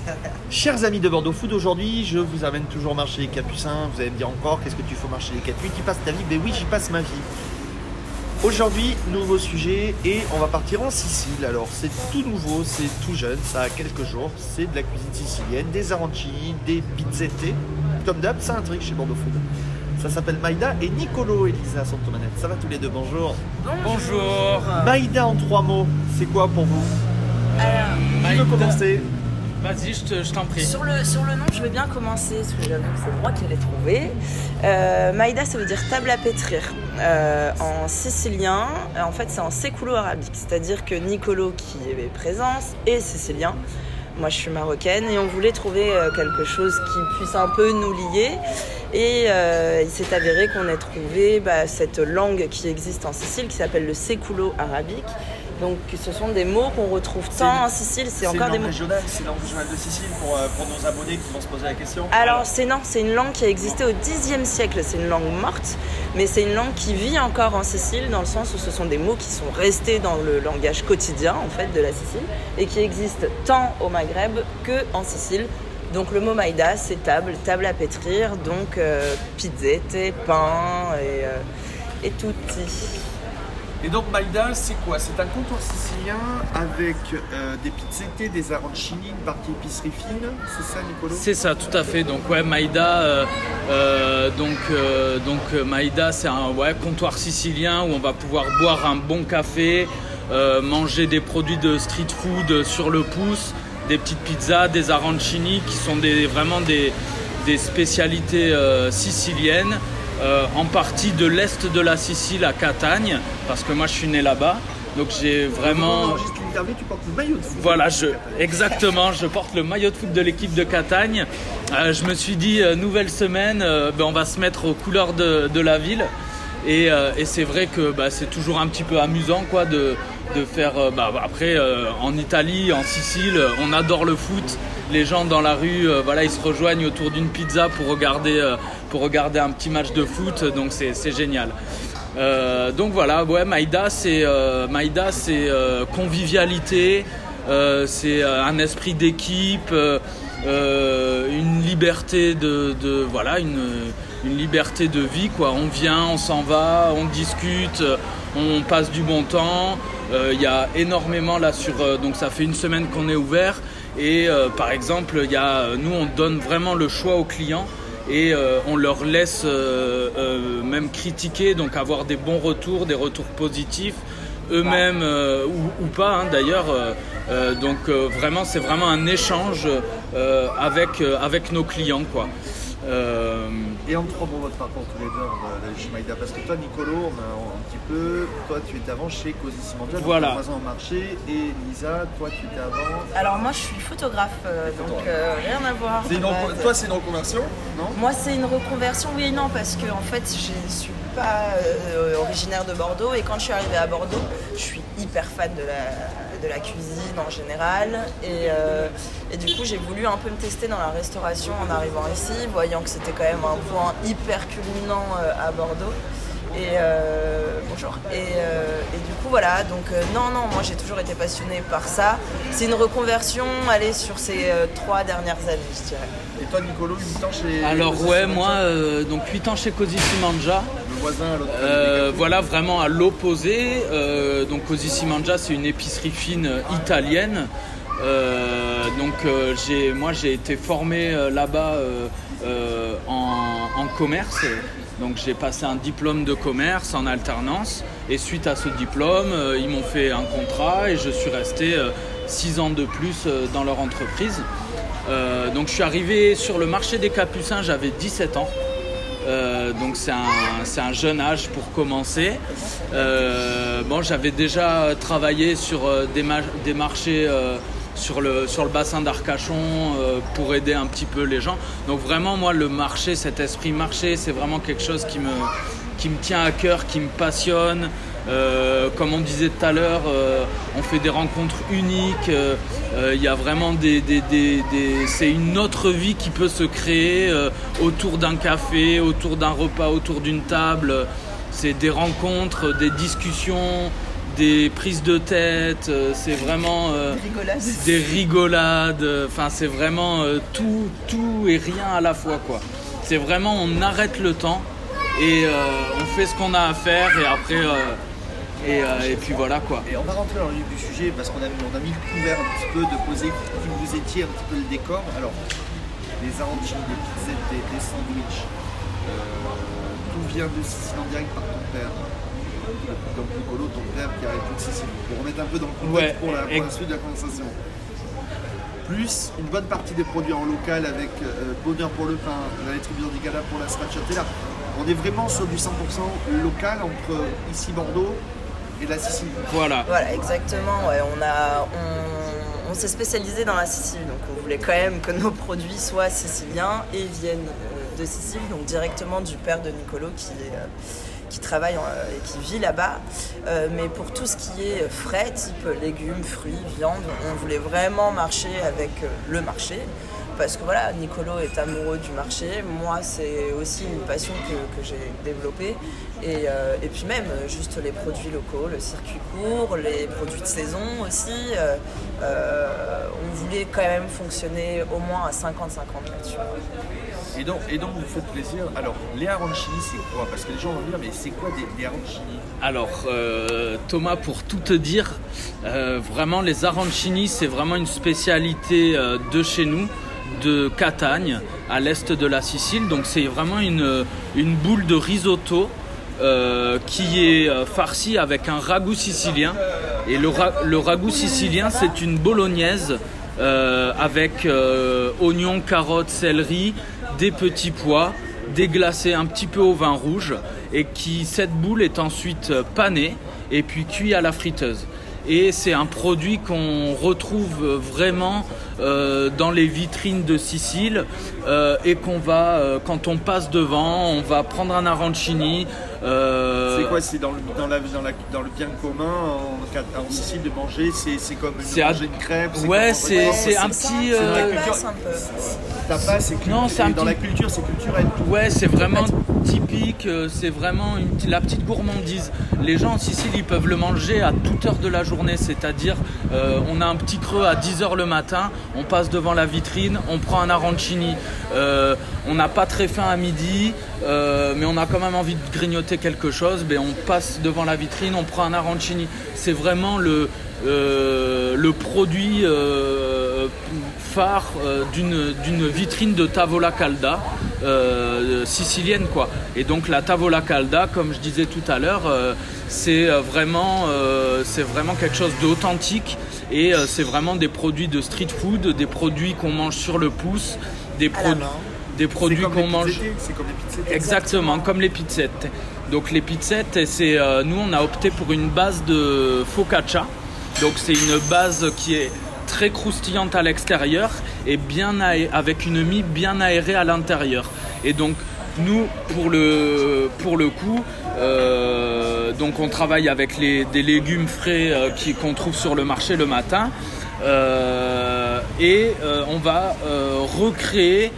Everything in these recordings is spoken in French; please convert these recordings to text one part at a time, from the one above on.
Chers amis de Bordeaux Food, aujourd'hui je vous amène toujours au marché des Capucins. Vous allez me dire encore, qu'est-ce que tu fais au marché des Capucins? Tu passes ta vie? Ben oui, j'y passe ma vie. Aujourd'hui, nouveau sujet et on va partir en Sicile. Alors c'est tout nouveau, c'est tout jeune, ça a quelques jours. C'est de la cuisine sicilienne, des arancini, des pizzette. Comme d'hab, ça intrigue chez Bordeaux Food. Ça s'appelle Maïda et Nicolo et Lisa sont aux manettes. Ça va tous les deux, bonjour. Bonjour. Maïda en 3 mots, c'est quoi pour vous? Qui veut commencer? Vas-y, je t'en prie. Sur le nom, je vais bien commencer, parce que j'avoue que c'est moi qui l'ai trouvé. Maïda, ça veut dire table à pétrir. En sicilien, en fait, c'est en século arabique. C'est-à-dire que Nicolo, qui est présent, est sicilien. Moi, je suis marocaine et on voulait trouver quelque chose qui puisse un peu nous lier. Et il s'est avéré qu'on ait trouvé cette langue qui existe en Sicile, qui s'appelle le século arabique. Donc ce sont des mots qu'on retrouve tant en Sicile, c'est encore des mots régionale, c'est une langue régionale de Sicile pour nos abonnés qui vont se poser la question. Alors c'est une langue qui a existé au Xe siècle, c'est une langue morte, mais c'est une langue qui vit encore en Sicile dans le sens où ce sont des mots qui sont restés dans le langage quotidien en fait de la Sicile et qui existent tant au Maghreb que en Sicile. Donc le mot Maïda, c'est table à pétrir, donc pizzette, pain et tutti. Et donc Maïda, c'est quoi? C'est un comptoir sicilien avec des pizzette, des arancini, une partie épicerie fine, c'est ça Nicolo? C'est ça, tout à fait. Donc ouais, Maïda, Maïda, c'est un comptoir sicilien où on va pouvoir boire un bon café, manger des produits de street food sur le pouce, des petites pizzas, des arancini qui sont vraiment des spécialités siciliennes. En partie de l'est de la Sicile à Catagne, parce que moi je suis né là-bas, donc j'ai vraiment... Quand on enregistre l'interview, tu portes le maillot de foot. Voilà, exactement, je porte le maillot de foot de l'équipe de Catagne. Je me suis dit, nouvelle semaine, on va se mettre aux couleurs de la ville. Et c'est vrai que c'est toujours un petit peu amusant quoi, de faire... après, en Italie, en Sicile, on adore le foot. Les gens dans la rue, ils se rejoignent autour d'une pizza pour regarder un petit match de foot, donc c'est génial. Donc voilà, Maïda c'est convivialité, c'est un esprit d'équipe, une liberté une liberté de vie quoi. On vient, on s'en va, on discute, on passe du bon temps. Il y a énormément là donc ça fait une semaine qu'on est ouvert. Et par exemple, nous on donne vraiment le choix aux clients et on leur laisse même critiquer, donc avoir des bons retours, des retours positifs, eux-mêmes ou pas d'ailleurs. Vraiment, c'est vraiment un échange avec nos clients quoi. Et en 3 mots, votre parcours tous les deux chez Maïda, parce que toi Nicolo, on a un petit peu, toi tu étais avant chez Così Simandja, voilà. Voisin au marché, et Lisa, toi tu étais avant... Alors moi je suis photographe, donc rien à voir. Toi c'est une reconversion, non? Moi c'est une reconversion, oui et non, parce que en fait je ne suis pas originaire de Bordeaux et quand je suis arrivée à Bordeaux, je suis hyper fan de la cuisine en général et du coup j'ai voulu un peu me tester dans la restauration en arrivant ici, voyant que c'était quand même un point hyper culminant à Bordeaux bonjour et du coup voilà donc non moi j'ai toujours été passionnée par ça. C'est une reconversion sur ces 3 dernières années je dirais. Et toi Nicolo, 8 ans chez... Alors moi donc 8 ans chez Così Simandja. Le voisin à l'autre voilà, vraiment à l'opposé. Donc Così Simandja, c'est une épicerie fine italienne. J'ai été formé là-bas en commerce. Donc j'ai passé un diplôme de commerce en alternance. Et suite à ce diplôme, ils m'ont fait un contrat et je suis resté 6 ans de plus dans leur entreprise. Donc je suis arrivé sur le marché des Capucins, j'avais 17 ans. Donc c'est un jeune âge pour commencer. J'avais déjà travaillé sur des marchés sur le bassin d'Arcachon pour aider un petit peu les gens. Donc vraiment moi le marché, cet esprit marché, c'est vraiment quelque chose qui me tient à cœur, qui me passionne. Comme on disait tout à l'heure, on fait des rencontres uniques. Il y a vraiment c'est une autre vie qui peut se créer autour d'un café, autour d'un repas, autour d'une table. C'est des rencontres, des discussions, des prises de tête, c'est vraiment des rigolades, enfin c'est vraiment tout et rien à la fois quoi. C'est vraiment on arrête le temps et on fait ce qu'on a à faire et après et puis voilà quoi. Et on va rentrer dans le vif du sujet parce qu'on a mis le couvert un petit peu de poser qui vous étiez un petit peu le décor. Alors les arancini, les pizzettes, les sandwichs, tout vient de Sicile en direct par ton père. Donc Nicolo, ton père qui arrive de Sicile. Pour remettre un peu dans le contexte pour la suite de la conversation. Plus une bonne partie des produits en local avec Bonheur pour le pain, la laiterie Biodicala pour la stracciatella. On est vraiment sur du 100% local entre ici Bordeaux et la Sicile. Voilà exactement. Ouais. On s'est spécialisé dans la Sicile, donc on voulait quand même que nos produits soient siciliens et viennent de Sicile, donc directement du père de Nicolo qui travaille et qui vit là-bas. Mais pour tout ce qui est frais, type légumes, fruits, viande, on voulait vraiment marcher avec le marché. Parce que voilà, Nicolo est amoureux du marché. Moi, c'est aussi une passion que j'ai développée. Et puis même, juste les produits locaux, le circuit court, les produits de saison aussi. On voulait quand même fonctionner au moins à 50-50 là-dessus. Et donc vous faites plaisir. Alors, les arancini, c'est quoi? Parce que les gens vont dire, mais c'est quoi des arancini? Alors, Thomas, pour tout te dire, vraiment, les arancini, c'est vraiment une spécialité de chez nous, de Catagne, à l'est de la Sicile. Donc, c'est vraiment une boule de risotto qui est farcie avec un ragoût sicilien. Et le ragoût sicilien, c'est une bolognaise avec oignons, carottes, céleri, des petits pois, déglacés un petit peu au vin rouge et cette boule est ensuite panée et puis cuite à la friteuse. Et c'est un produit qu'on retrouve vraiment dans les vitrines de Sicile et qu'on va, quand on passe devant, on va prendre un arancini. C'est quoi? C'est dans le bien commun en Sicile de manger, c'est comme manger une crêpe. Ouais, c'est un petit. Tapas, c'est dans la culture, c'est culturel. Ouais, c'est vraiment typique, c'est vraiment la petite gourmandise. Les gens en Sicile, ils peuvent le manger à toute heure de la journée, c'est-à-dire on a un petit creux à 10h le matin, on passe devant la vitrine, on prend un arancini. On n'a pas très faim à midi, mais on a quand même envie de grignoter quelque chose, mais on passe devant la vitrine, on prend un arancini. C'est vraiment le produit phare d'une vitrine de tavola calda sicilienne quoi. Et donc la tavola calda, comme je disais tout à l'heure, c'est vraiment quelque chose d'authentique et c'est vraiment des produits de street food, des produits qu'on mange sur le pouce, des produits qu'on mange. C'est comme les pizzettes. Exactement, comme les pizzettes. Donc les pizzettes, nous on a opté pour une base de focaccia. Donc c'est une base qui est très croustillante à l'extérieur et avec une mie bien aérée à l'intérieur. Et donc nous, pour le coup, donc on travaille avec des légumes frais qu'on trouve sur le marché le matin et on va recréer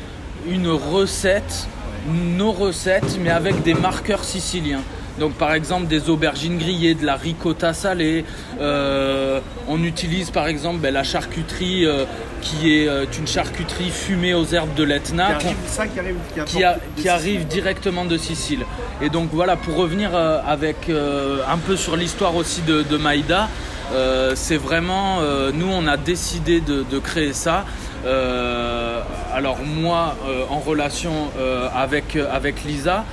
nos recettes, mais avec des marqueurs siciliens. Donc par exemple des aubergines grillées, de la ricotta salée. On utilise par exemple la charcuterie qui est une charcuterie fumée aux herbes de l'Etna qui arrive directement de Sicile. Et donc voilà, pour revenir avec un peu sur l'histoire aussi de Maïda, c'est vraiment nous on a décidé de créer ça. Alors moi en relation avec Lisa,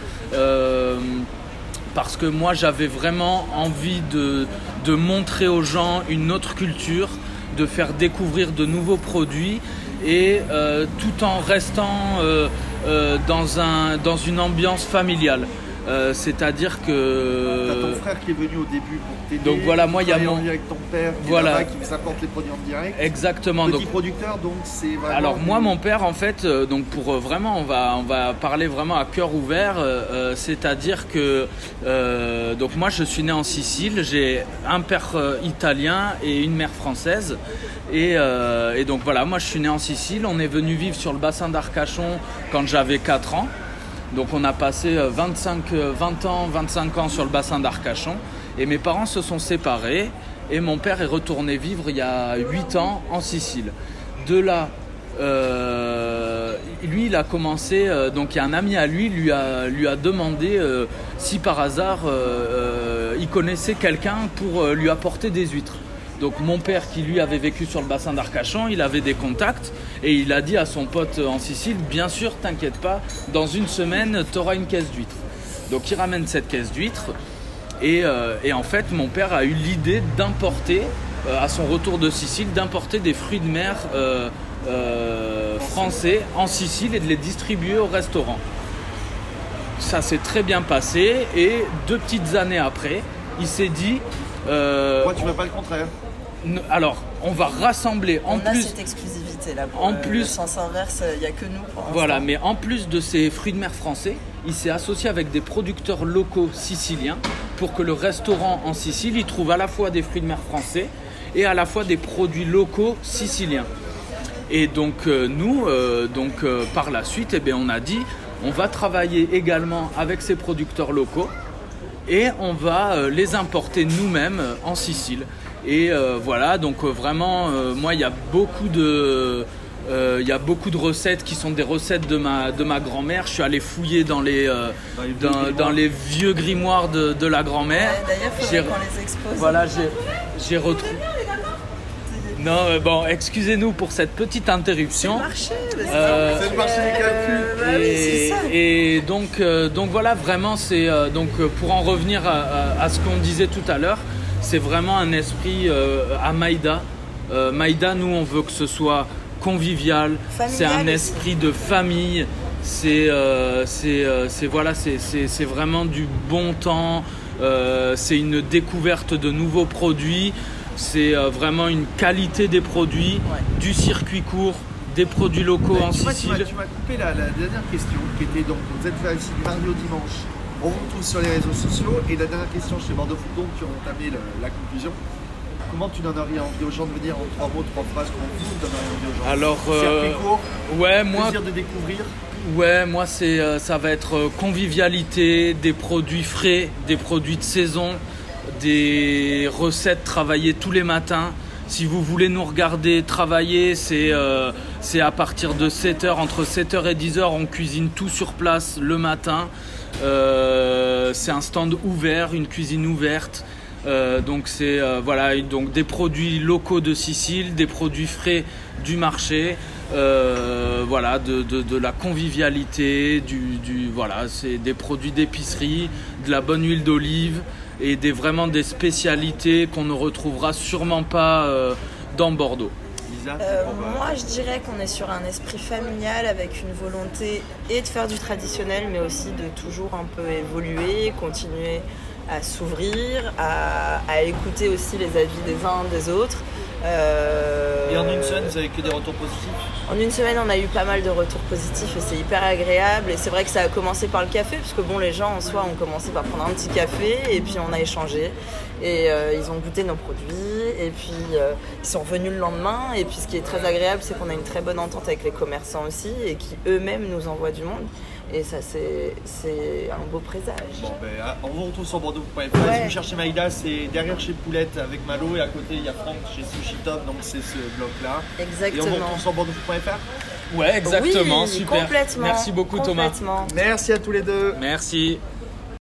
parce que moi j'avais vraiment envie de montrer aux gens une autre culture, de faire découvrir de nouveaux produits et tout en restant dans une ambiance familiale. C'est-à-dire que... T'as ton frère qui est venu au début pour t'aider. Donc voilà, moi il y a avec ton père qui est là-bas, qui vous apporte les produits en direct. Exactement. Petit producteur, donc c'est vraiment... Alors moi, mon père, en fait, donc pour vraiment, on va parler vraiment à cœur ouvert. C'est-à-dire que donc moi, je suis né en Sicile. J'ai un père italien et une mère française. Et donc voilà, moi je suis né en Sicile. On est venu vivre sur le bassin d'Arcachon quand j'avais 4 ans. Donc on a passé 25 ans sur le bassin d'Arcachon. Et mes parents se sont séparés et mon père est retourné vivre il y a 8 ans en Sicile. De là, lui il a commencé, donc il y a un ami à lui a demandé si par hasard il connaissait quelqu'un pour lui apporter des huîtres. Donc mon père qui lui avait vécu sur le bassin d'Arcachon, il avait des contacts et il a dit à son pote en Sicile, bien sûr t'inquiète pas, dans une semaine t'auras une caisse d'huîtres. Donc il ramène cette caisse d'huîtres et en fait mon père a eu l'idée d'importer, à son retour de Sicile, d'importer des fruits de mer français en Sicile et de les distribuer au restaurant. Ça s'est très bien passé et 2 petites années après, il s'est dit... Pourquoi tu ne fais pas le contraire ? Alors, on va rassembler on a cette exclusivité là. En plus, le sens inverse, il n'y a que nous pour l'instant. Voilà, mais en plus de ces fruits de mer français, il s'est associé avec des producteurs locaux siciliens pour que le restaurant en Sicile, il trouve à la fois des fruits de mer français et à la fois des produits locaux siciliens. Et donc nous, par la suite, on a dit, on va travailler également avec ces producteurs locaux et on va les importer nous-mêmes en Sicile. Et voilà, donc vraiment, moi, il y a beaucoup de recettes qui sont des recettes de ma grand-mère. Je suis allé fouiller dans les vieux grimoires de la grand-mère. Ouais, d'ailleurs, il faudrait qu'on les expose. Voilà, j'ai retrouvé... Non, bon, excusez-nous pour cette petite interruption. C'est le marché des calculs. Et, et donc voilà, vraiment, c'est pour en revenir à ce qu'on disait tout à l'heure, c'est vraiment un esprit à Maïda. Maïda, nous, on veut que ce soit convivial. Familial, c'est un esprit de famille. C'est vraiment du bon temps. C'est une découverte de nouveaux produits. C'est vraiment une qualité des produits, du circuit court, des produits locaux en Sicile. Tu m'as coupé la dernière question qui était donc vous êtes ici du mardi au dimanche. On vous retrouve sur les réseaux sociaux et la dernière question chez Bordeaux Food donc qui ont entamé la conclusion. Comment tu donnerais envie aux gens de venir en 3 mots, 3 phrases? Comment vous donneriez envie aux gens? Alors, circuit court, moi, plaisir de découvrir. Ouais, moi ça va être convivialité, des produits frais, des produits de saison, des recettes travaillées tous les matins. Si vous voulez nous regarder travailler, c'est à partir de 7h, entre 7h et 10h, on cuisine tout sur place le matin. C'est un stand ouvert, une cuisine ouverte. Donc c'est donc des produits locaux de Sicile, des produits frais du marché, de la convivialité, c'est des produits d'épicerie, de la bonne huile d'olive et vraiment des spécialités qu'on ne retrouvera sûrement pas dans Bordeaux. Lisa, moi je dirais qu'on est sur un esprit familial avec une volonté et de faire du traditionnel mais aussi de toujours un peu évoluer, continuer à s'ouvrir, à écouter aussi les avis des uns des autres. Et en une semaine, vous avez que des retours positifs? En une semaine, on a eu pas mal de retours positifs et c'est hyper agréable. Et c'est vrai que ça a commencé par le café, parce que les gens en soi ont commencé par prendre un petit café et puis on a échangé. Et ils ont goûté nos produits et puis ils sont revenus le lendemain. Et puis ce qui est très agréable, c'est qu'on a une très bonne entente avec les commerçants aussi et qui eux-mêmes nous envoient du monde. Et ça, c'est un beau présage. Bon, on vous retrouve sur bordeaux.fr. Si vous cherchez Maïda, c'est derrière chez Poulette avec Malo et à côté, il y a Franck chez Sushi Top, donc c'est ce bloc-là. Exactement. Et on vous retrouve sur bordeaux.fr. Ouais, exactement, oui, super. Complètement. Merci beaucoup Thomas. Merci à tous les deux. Merci.